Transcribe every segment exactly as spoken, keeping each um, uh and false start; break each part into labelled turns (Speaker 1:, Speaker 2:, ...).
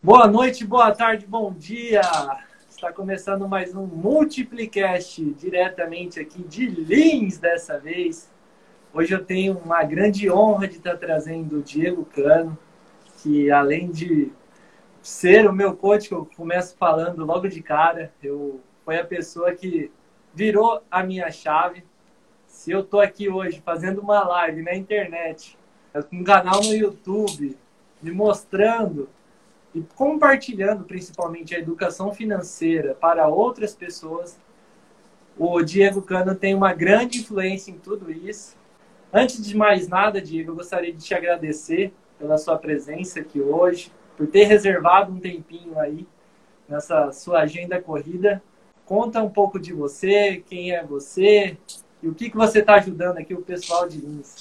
Speaker 1: Boa noite, boa tarde, bom dia! Está começando mais um Multiplicast, diretamente aqui de Lins dessa vez. Hoje eu tenho uma grande honra de estar trazendo o Diego Cano, que além de ser o meu coach, que eu começo falando logo de cara, eu, foi a pessoa que virou a minha chave. Se eu estou aqui hoje fazendo uma live na internet, com um canal no YouTube, me mostrando e compartilhando principalmente a educação financeira para outras pessoas, o Diego Cano tem uma grande influência em tudo isso. Antes de mais nada, Diego, eu gostaria de te agradecer pela sua presença aqui hoje, por ter reservado um tempinho aí nessa sua agenda corrida. Conta um pouco de você, quem é você e o que, que você está ajudando aqui o pessoal de Lins.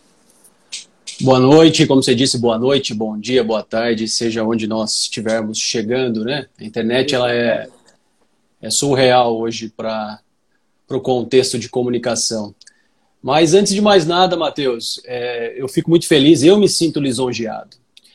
Speaker 2: Boa noite, como você disse, boa noite, bom dia, boa tarde, seja onde nós estivermos chegando, né? A internet ela é, é surreal hoje para o contexto de comunicação. Mas antes de mais nada, Matheus, é, eu fico muito feliz, eu me sinto lisonjeado.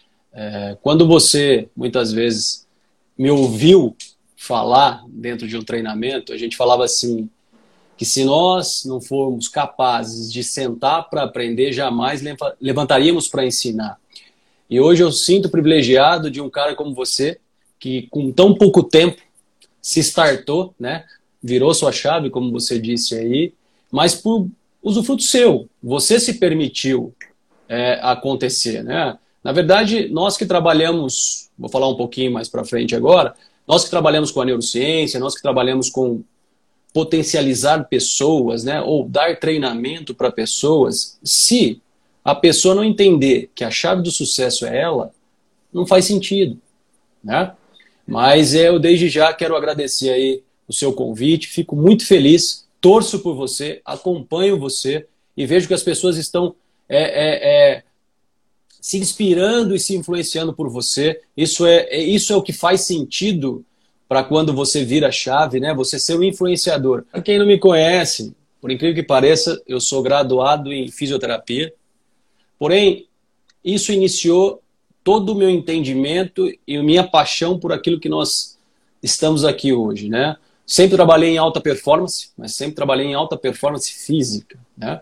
Speaker 2: É, quando você, muitas vezes, me ouviu falar dentro de um treinamento, a gente falava assim, que se nós não formos capazes de sentar para aprender, jamais levantaríamos para ensinar. E hoje eu sinto privilegiado de um cara como você, que com tão pouco tempo se startou, né? Virou sua chave, como você disse aí, mas por usufruto seu. Você se permitiu é, acontecer, né? Na verdade, nós que trabalhamos, vou falar um pouquinho mais para frente agora, nós que trabalhamos com a neurociência, nós que trabalhamos com potencializar pessoas, né, ou dar treinamento para pessoas, se a pessoa não entender que a chave do sucesso é ela, não faz sentido, né? Mas eu desde já quero agradecer aí o seu convite, fico muito feliz, torço por você, acompanho você e vejo que as pessoas estão é, é, é, se inspirando e se influenciando por você. Isso é, é, isso é o que faz sentido para quando você vira a chave, né? Você ser um influenciador. Para quem não me conhece, por incrível que pareça, eu sou graduado em fisioterapia. Porém, isso iniciou todo o meu entendimento e minha paixão por aquilo que nós estamos aqui hoje, né? Sempre trabalhei em alta performance, mas sempre trabalhei em alta performance física, né?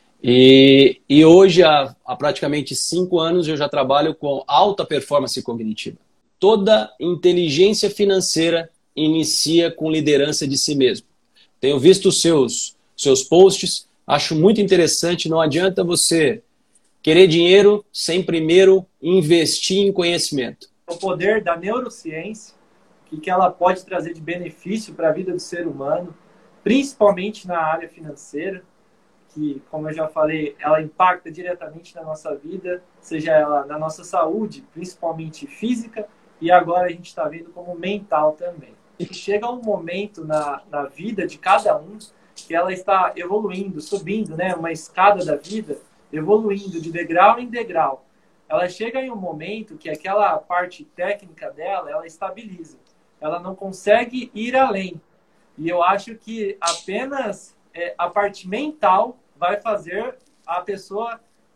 Speaker 2: E, e hoje, há, há praticamente cinco anos, eu já trabalho com alta performance cognitiva. Toda inteligência financeira inicia com liderança de si mesmo. Tenho visto os seus, seus posts, acho muito interessante. Não adianta você querer dinheiro sem primeiro investir em conhecimento.
Speaker 1: O poder da neurociência, o que ela pode trazer de benefício para a vida do ser humano, principalmente na área financeira, que, como eu já falei, ela impacta diretamente na nossa vida, seja ela na nossa saúde, principalmente física, e agora a gente está vendo como mental também. E chega um momento na, na vida de cada um que ela está evoluindo, subindo, né? Uma escada da vida, evoluindo de degrau em degrau. Ela chega em um momento que aquela parte técnica dela, ela estabiliza. Ela não consegue ir além. E eu acho que apenas é, a parte mental vai fazer a pessoa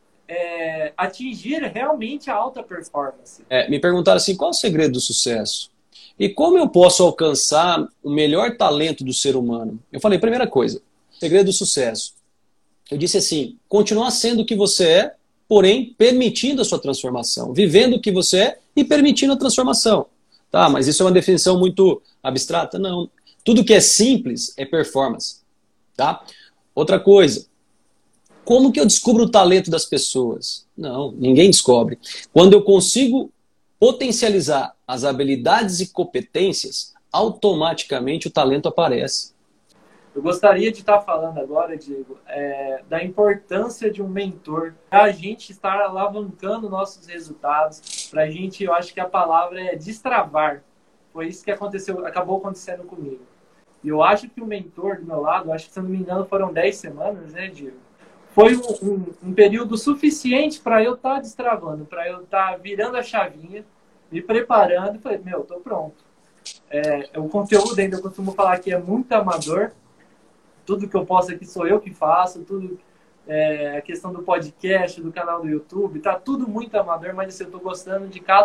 Speaker 1: É, atingir realmente a alta performance.
Speaker 2: É, me perguntaram assim, qual é o segredo do sucesso? E como eu posso alcançar o melhor talento do ser humano? Eu falei, primeira coisa, segredo do sucesso. Eu disse assim, continuar sendo o que você é, porém permitindo a sua transformação. Vivendo o que você é e permitindo a transformação. Tá, mas isso é uma definição muito abstrata? Não. Tudo que é simples é performance. Tá? Outra coisa, como que eu descubro o talento das pessoas? Não, ninguém descobre. Quando eu consigo potencializar as habilidades e competências, automaticamente o talento aparece.
Speaker 1: Eu gostaria de estar falando agora, Diego, é, da importância de um mentor para a gente estar alavancando nossos resultados, para a gente, eu acho que a palavra é destravar. Foi isso que aconteceu, acabou acontecendo comigo. E eu acho que o mentor do meu lado, acho que se não me engano foram dez semanas, né, Diego? Foi um, um, um período suficiente para eu estar tá destravando, para eu estar tá virando a chavinha, me preparando e falei, meu, tô pronto. É, o conteúdo ainda eu costumo falar que é muito amador, tudo que eu posto aqui sou eu que faço, tudo, é, a questão do podcast, do canal do YouTube, tá tudo muito amador, mas assim, eu tô gostando de cada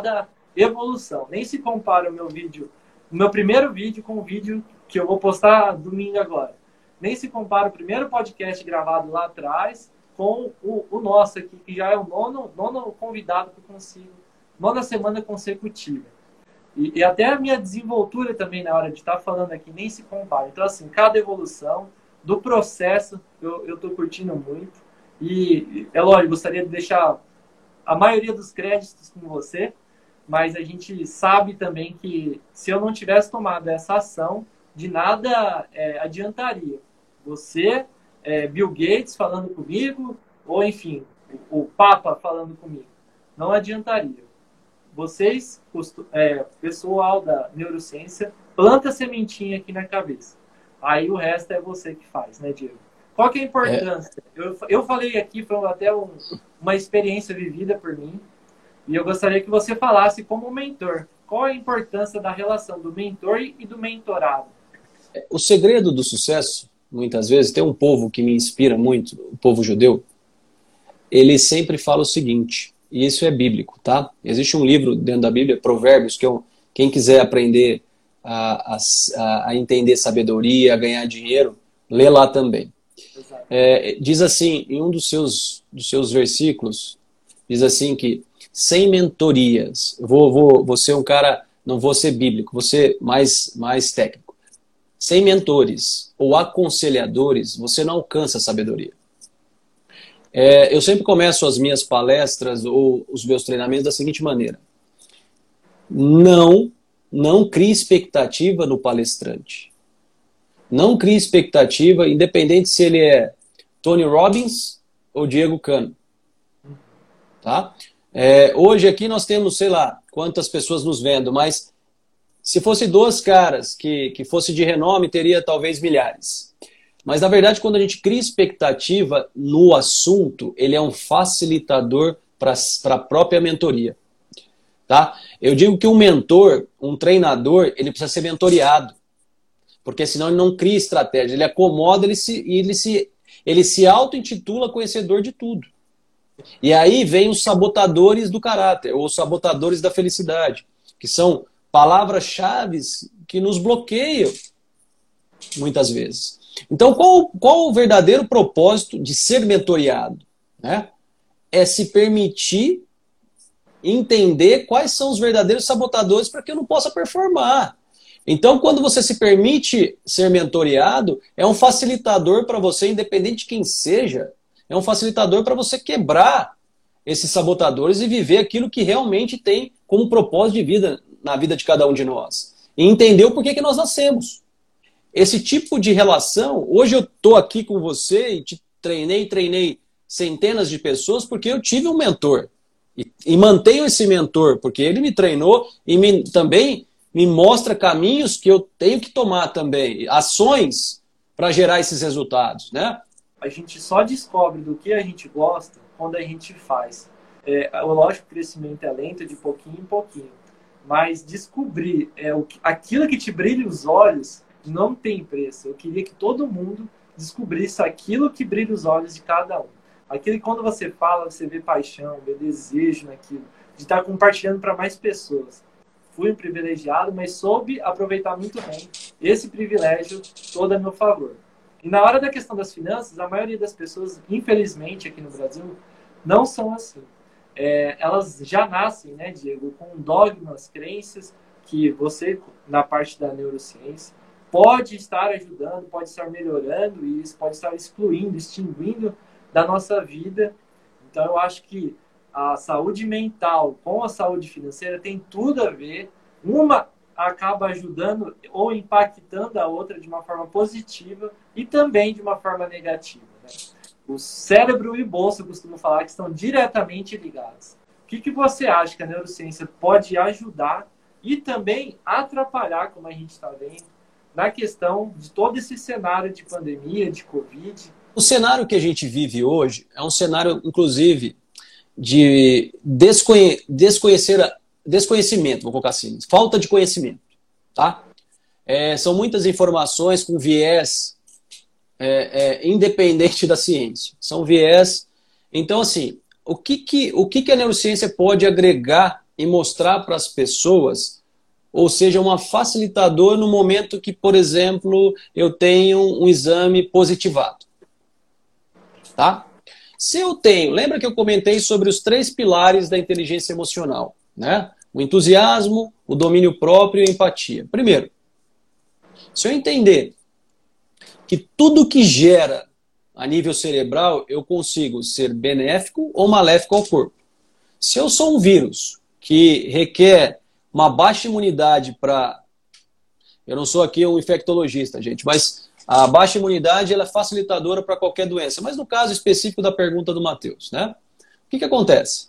Speaker 1: evolução. Nem se compara o meu vídeo, o meu primeiro vídeo com o vídeo que eu vou postar domingo agora. Nem se compara o primeiro podcast gravado lá atrás com o, o nosso aqui, que já é o nono, nono convidado que eu consigo, nona semana consecutiva. E, e até a minha desenvoltura também na hora de estar falando aqui nem se compara. Então, assim, cada evolução do processo eu estou curtindo muito. E, é lógico, gostaria de deixar a maioria dos créditos com você, mas a gente sabe também que se eu não tivesse tomado essa ação, de nada é, adiantaria. Você, é, Bill Gates falando comigo, ou enfim, o, o Papa falando comigo. Não adiantaria. Vocês, é, pessoal da neurociência, planta a sementinha aqui na cabeça. Aí o resto é você que faz, né, Diego? Qual que é a importância? É. Eu, eu falei aqui, foi até um, uma experiência vivida por mim, e eu gostaria que você falasse como mentor. Qual a importância da relação do mentor e do mentorado?
Speaker 2: O segredo do sucesso, muitas vezes, tem um povo que me inspira muito, o povo judeu, ele sempre fala o seguinte, e isso é bíblico, tá? Existe um livro dentro da Bíblia, Provérbios, que eu, quem quiser aprender a, a, a entender sabedoria, a ganhar dinheiro, lê lá também. É, diz assim, em um dos seus, dos seus versículos, diz assim que sem mentorias, vou, vou, vou ser um cara, não vou ser bíblico, vou ser mais, mais técnico. Sem mentores ou aconselhadores, você não alcança a sabedoria. É, eu sempre começo as minhas palestras ou os meus treinamentos da seguinte maneira. Não, não crie expectativa no palestrante. Não crie expectativa, independente se ele é Tony Robbins ou Diego Cano. Tá? É, hoje aqui nós temos, sei lá, quantas pessoas nos vendo, mas se fosse dois caras que, que fosse de renome, teria talvez milhares. Mas, na verdade, quando a gente cria expectativa no assunto, ele é um facilitador para a própria mentoria. Tá? Eu digo que um mentor, um treinador, ele precisa ser mentoriado. Porque senão ele não cria estratégia. Ele acomoda ele se, e ele se, ele se auto-intitula conhecedor de tudo. E aí vem os sabotadores do caráter, ou os sabotadores da felicidade, que são palavras-chave que nos bloqueiam muitas vezes. Então, qual, qual o verdadeiro propósito de ser mentoriado? Né? É se permitir entender quais são os verdadeiros sabotadores para que eu não possa performar. Então, quando você se permite ser mentoriado, é um facilitador para você, independente de quem seja, é um facilitador para você quebrar esses sabotadores e viver aquilo que realmente tem como propósito de vida na vida de cada um de nós. E entender o porquê que nós nascemos. Esse tipo de relação, hoje eu estou aqui com você e te treinei, treinei centenas de pessoas porque eu tive um mentor. E, e mantenho esse mentor, porque ele me treinou e me, também me mostra caminhos que eu tenho que tomar também, ações para gerar esses resultados, né?
Speaker 1: A gente só descobre do que a gente gosta quando a gente faz. É, lógico que o crescimento é lento, de pouquinho em pouquinho. Mas descobrir é, o, aquilo que te brilha os olhos não tem preço. Eu queria que todo mundo descobrisse aquilo que brilha os olhos de cada um. Aquilo que quando você fala, você vê paixão, vê desejo naquilo, de estar compartilhando para mais pessoas. Fui um privilegiado, mas soube aproveitar muito bem esse privilégio todo a meu favor. E na hora da questão das finanças, a maioria das pessoas, infelizmente, aqui no Brasil, não são assim. É, elas já nascem, né, Diego, com dogmas, crenças, que você, na parte da neurociência, pode estar ajudando, pode estar melhorando, e isso pode estar excluindo, extinguindo da nossa vida. Então, eu acho que a saúde mental com a saúde financeira tem tudo a ver. Uma acaba ajudando ou impactando a outra de uma forma positiva e também de uma forma negativa. Né? O cérebro e o bolso, eu costumo falar, que estão diretamente ligados. O que, que você acha que a neurociência pode ajudar e também atrapalhar, como a gente está vendo, na questão de todo esse cenário de pandemia, de Covid?
Speaker 2: O cenário que a gente vive hoje é um cenário, inclusive, de desconhe desconhecer, desconhecimento, vou colocar assim, falta de conhecimento. Tá? É, são muitas informações com viés é, é, independente da ciência. São viés. Então, assim, o que, que, o que, que a neurociência pode agregar e mostrar para as pessoas, ou seja, uma facilitador no momento que, por exemplo, eu tenho um exame positivado. Tá? Se eu tenho, lembra que eu comentei sobre os três pilares da inteligência emocional, né? O entusiasmo, o domínio próprio e a empatia. Primeiro, se eu entender que tudo que gera a nível cerebral, eu consigo ser benéfico ou maléfico ao corpo. Se eu sou um vírus que requer uma baixa imunidade para... Eu não sou aqui um infectologista, gente, mas a baixa imunidade ela é facilitadora para qualquer doença. Mas no caso específico da pergunta do Matheus, né? O que, que acontece?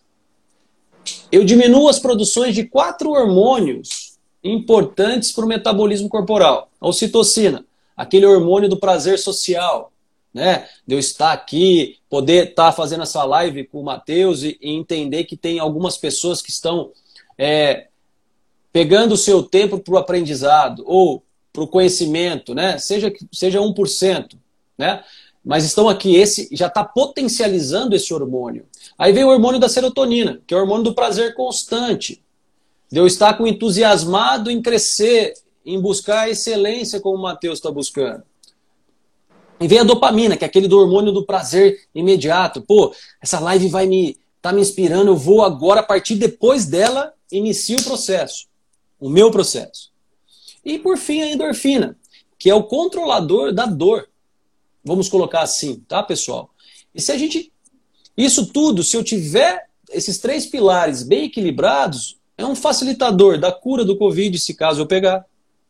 Speaker 2: Eu diminuo as produções de quatro hormônios importantes para o metabolismo corporal. A ocitocina, aquele hormônio do prazer social, né? De eu estar aqui, poder estar fazendo essa live com o Matheus e, e entender que tem algumas pessoas que estão é, pegando o seu tempo para o aprendizado ou para o conhecimento, né? Seja, seja um por cento, né? Mas estão aqui, esse já está potencializando esse hormônio. Aí vem o hormônio da serotonina, que é o hormônio do prazer constante. De eu estar com entusiasmado em crescer, em buscar a excelência como o Matheus está buscando. E vem a dopamina, que é aquele do hormônio do prazer imediato. Pô, essa live vai me tá me inspirando, eu vou agora, a partir depois dela, inicio o processo. O meu processo. E por fim a endorfina, que é o controlador da dor. Vamos colocar assim, tá, pessoal? E se a gente... Isso tudo, se eu tiver esses três pilares bem equilibrados, é um facilitador da cura do Covid, se caso eu pegar.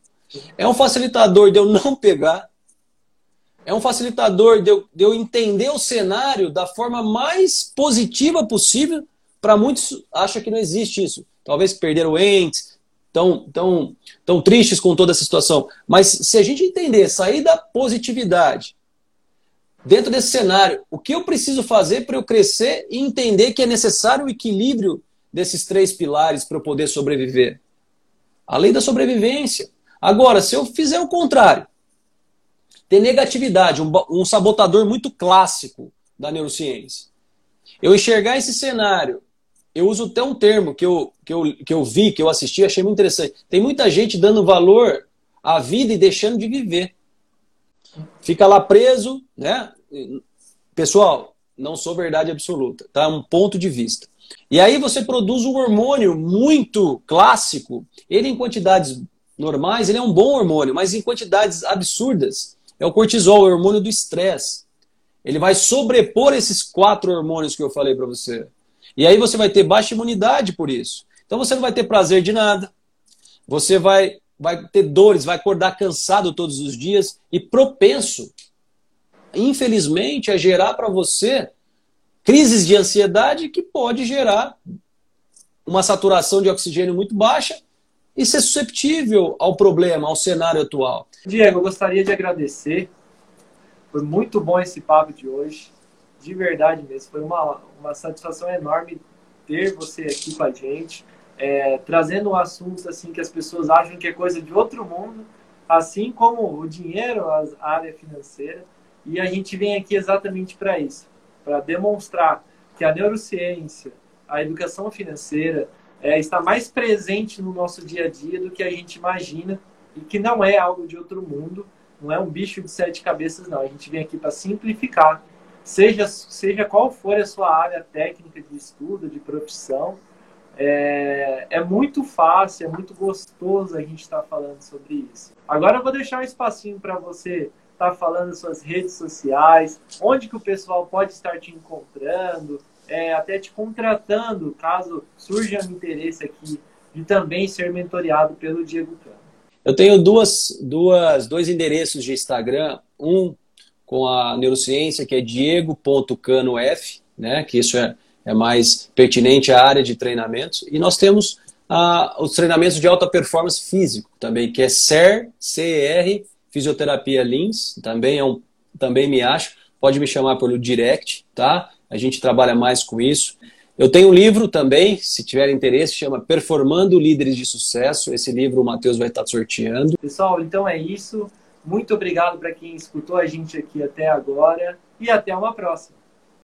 Speaker 2: É um facilitador de eu não pegar. É um facilitador de eu, de eu entender o cenário da forma mais positiva possível. Para muitos, acham que não existe isso. Talvez perderam entes, tão, tão, tão tristes com toda essa situação. Mas se a gente entender, sair da positividade, dentro desse cenário, o que eu preciso fazer para eu crescer e entender que é necessário o equilíbrio desses três pilares para eu poder sobreviver? A lei da sobrevivência. Agora, se eu fizer o contrário, ter negatividade, um, um sabotador muito clássico da neurociência, eu enxergar esse cenário, eu uso até um termo que eu, que eu, que eu vi, que eu assisti, achei muito interessante. Tem muita gente dando valor à vida e deixando de viver. Fica lá preso, né? Pessoal, não sou verdade absoluta, tá? É um ponto de vista. E aí você produz um hormônio muito clássico, ele em quantidades normais, ele é um bom hormônio, mas em quantidades absurdas, é o cortisol, o hormônio do estresse. Ele vai sobrepor esses quatro hormônios que eu falei para você. E aí você vai ter baixa imunidade por isso. Então você não vai ter prazer de nada. Você vai, vai ter dores, vai acordar cansado todos os dias e propenso, infelizmente, a gerar para você crises de ansiedade que pode gerar uma saturação de oxigênio muito baixa e ser susceptível ao problema, ao cenário atual.
Speaker 1: Diego, eu gostaria de agradecer. Foi muito bom esse papo de hoje. De verdade mesmo. Foi uma, uma satisfação enorme ter você aqui com a gente, é, trazendo um assunto assim que as pessoas acham que é coisa de outro mundo, assim como o dinheiro, a área financeira. E a gente vem aqui exatamente para isso, para demonstrar que a neurociência, a educação financeira, é, está mais presente no nosso dia a dia do que a gente imagina e que não é algo de outro mundo, não é um bicho de sete cabeças, não. A gente vem aqui para simplificar, seja, seja qual for a sua área técnica de estudo, de profissão. É, é muito fácil, é muito gostoso a gente estar falando sobre isso. Agora eu vou deixar um espacinho para você estar falando suas redes sociais, onde que o pessoal pode estar te encontrando, é, até te contratando, caso surja um interesse aqui de também ser mentoreado pelo Diego Cano.
Speaker 2: Eu tenho duas, duas, dois endereços de Instagram, um com a neurociência, que é diego ponto canof, né, que isso é, é mais pertinente à área de treinamentos, e nós temos ah, os treinamentos de alta performance físico também, que é C E R, C E R, Fisioterapia Lins, também, é um, também me acho, pode me chamar pelo direct, tá? A gente trabalha mais com isso. Eu tenho um livro também, se tiver interesse, chama Performando Líderes de Sucesso. Esse livro o Matheus vai estar sorteando.
Speaker 1: Pessoal, então é isso. Muito obrigado para quem escutou a gente aqui até agora e até uma próxima.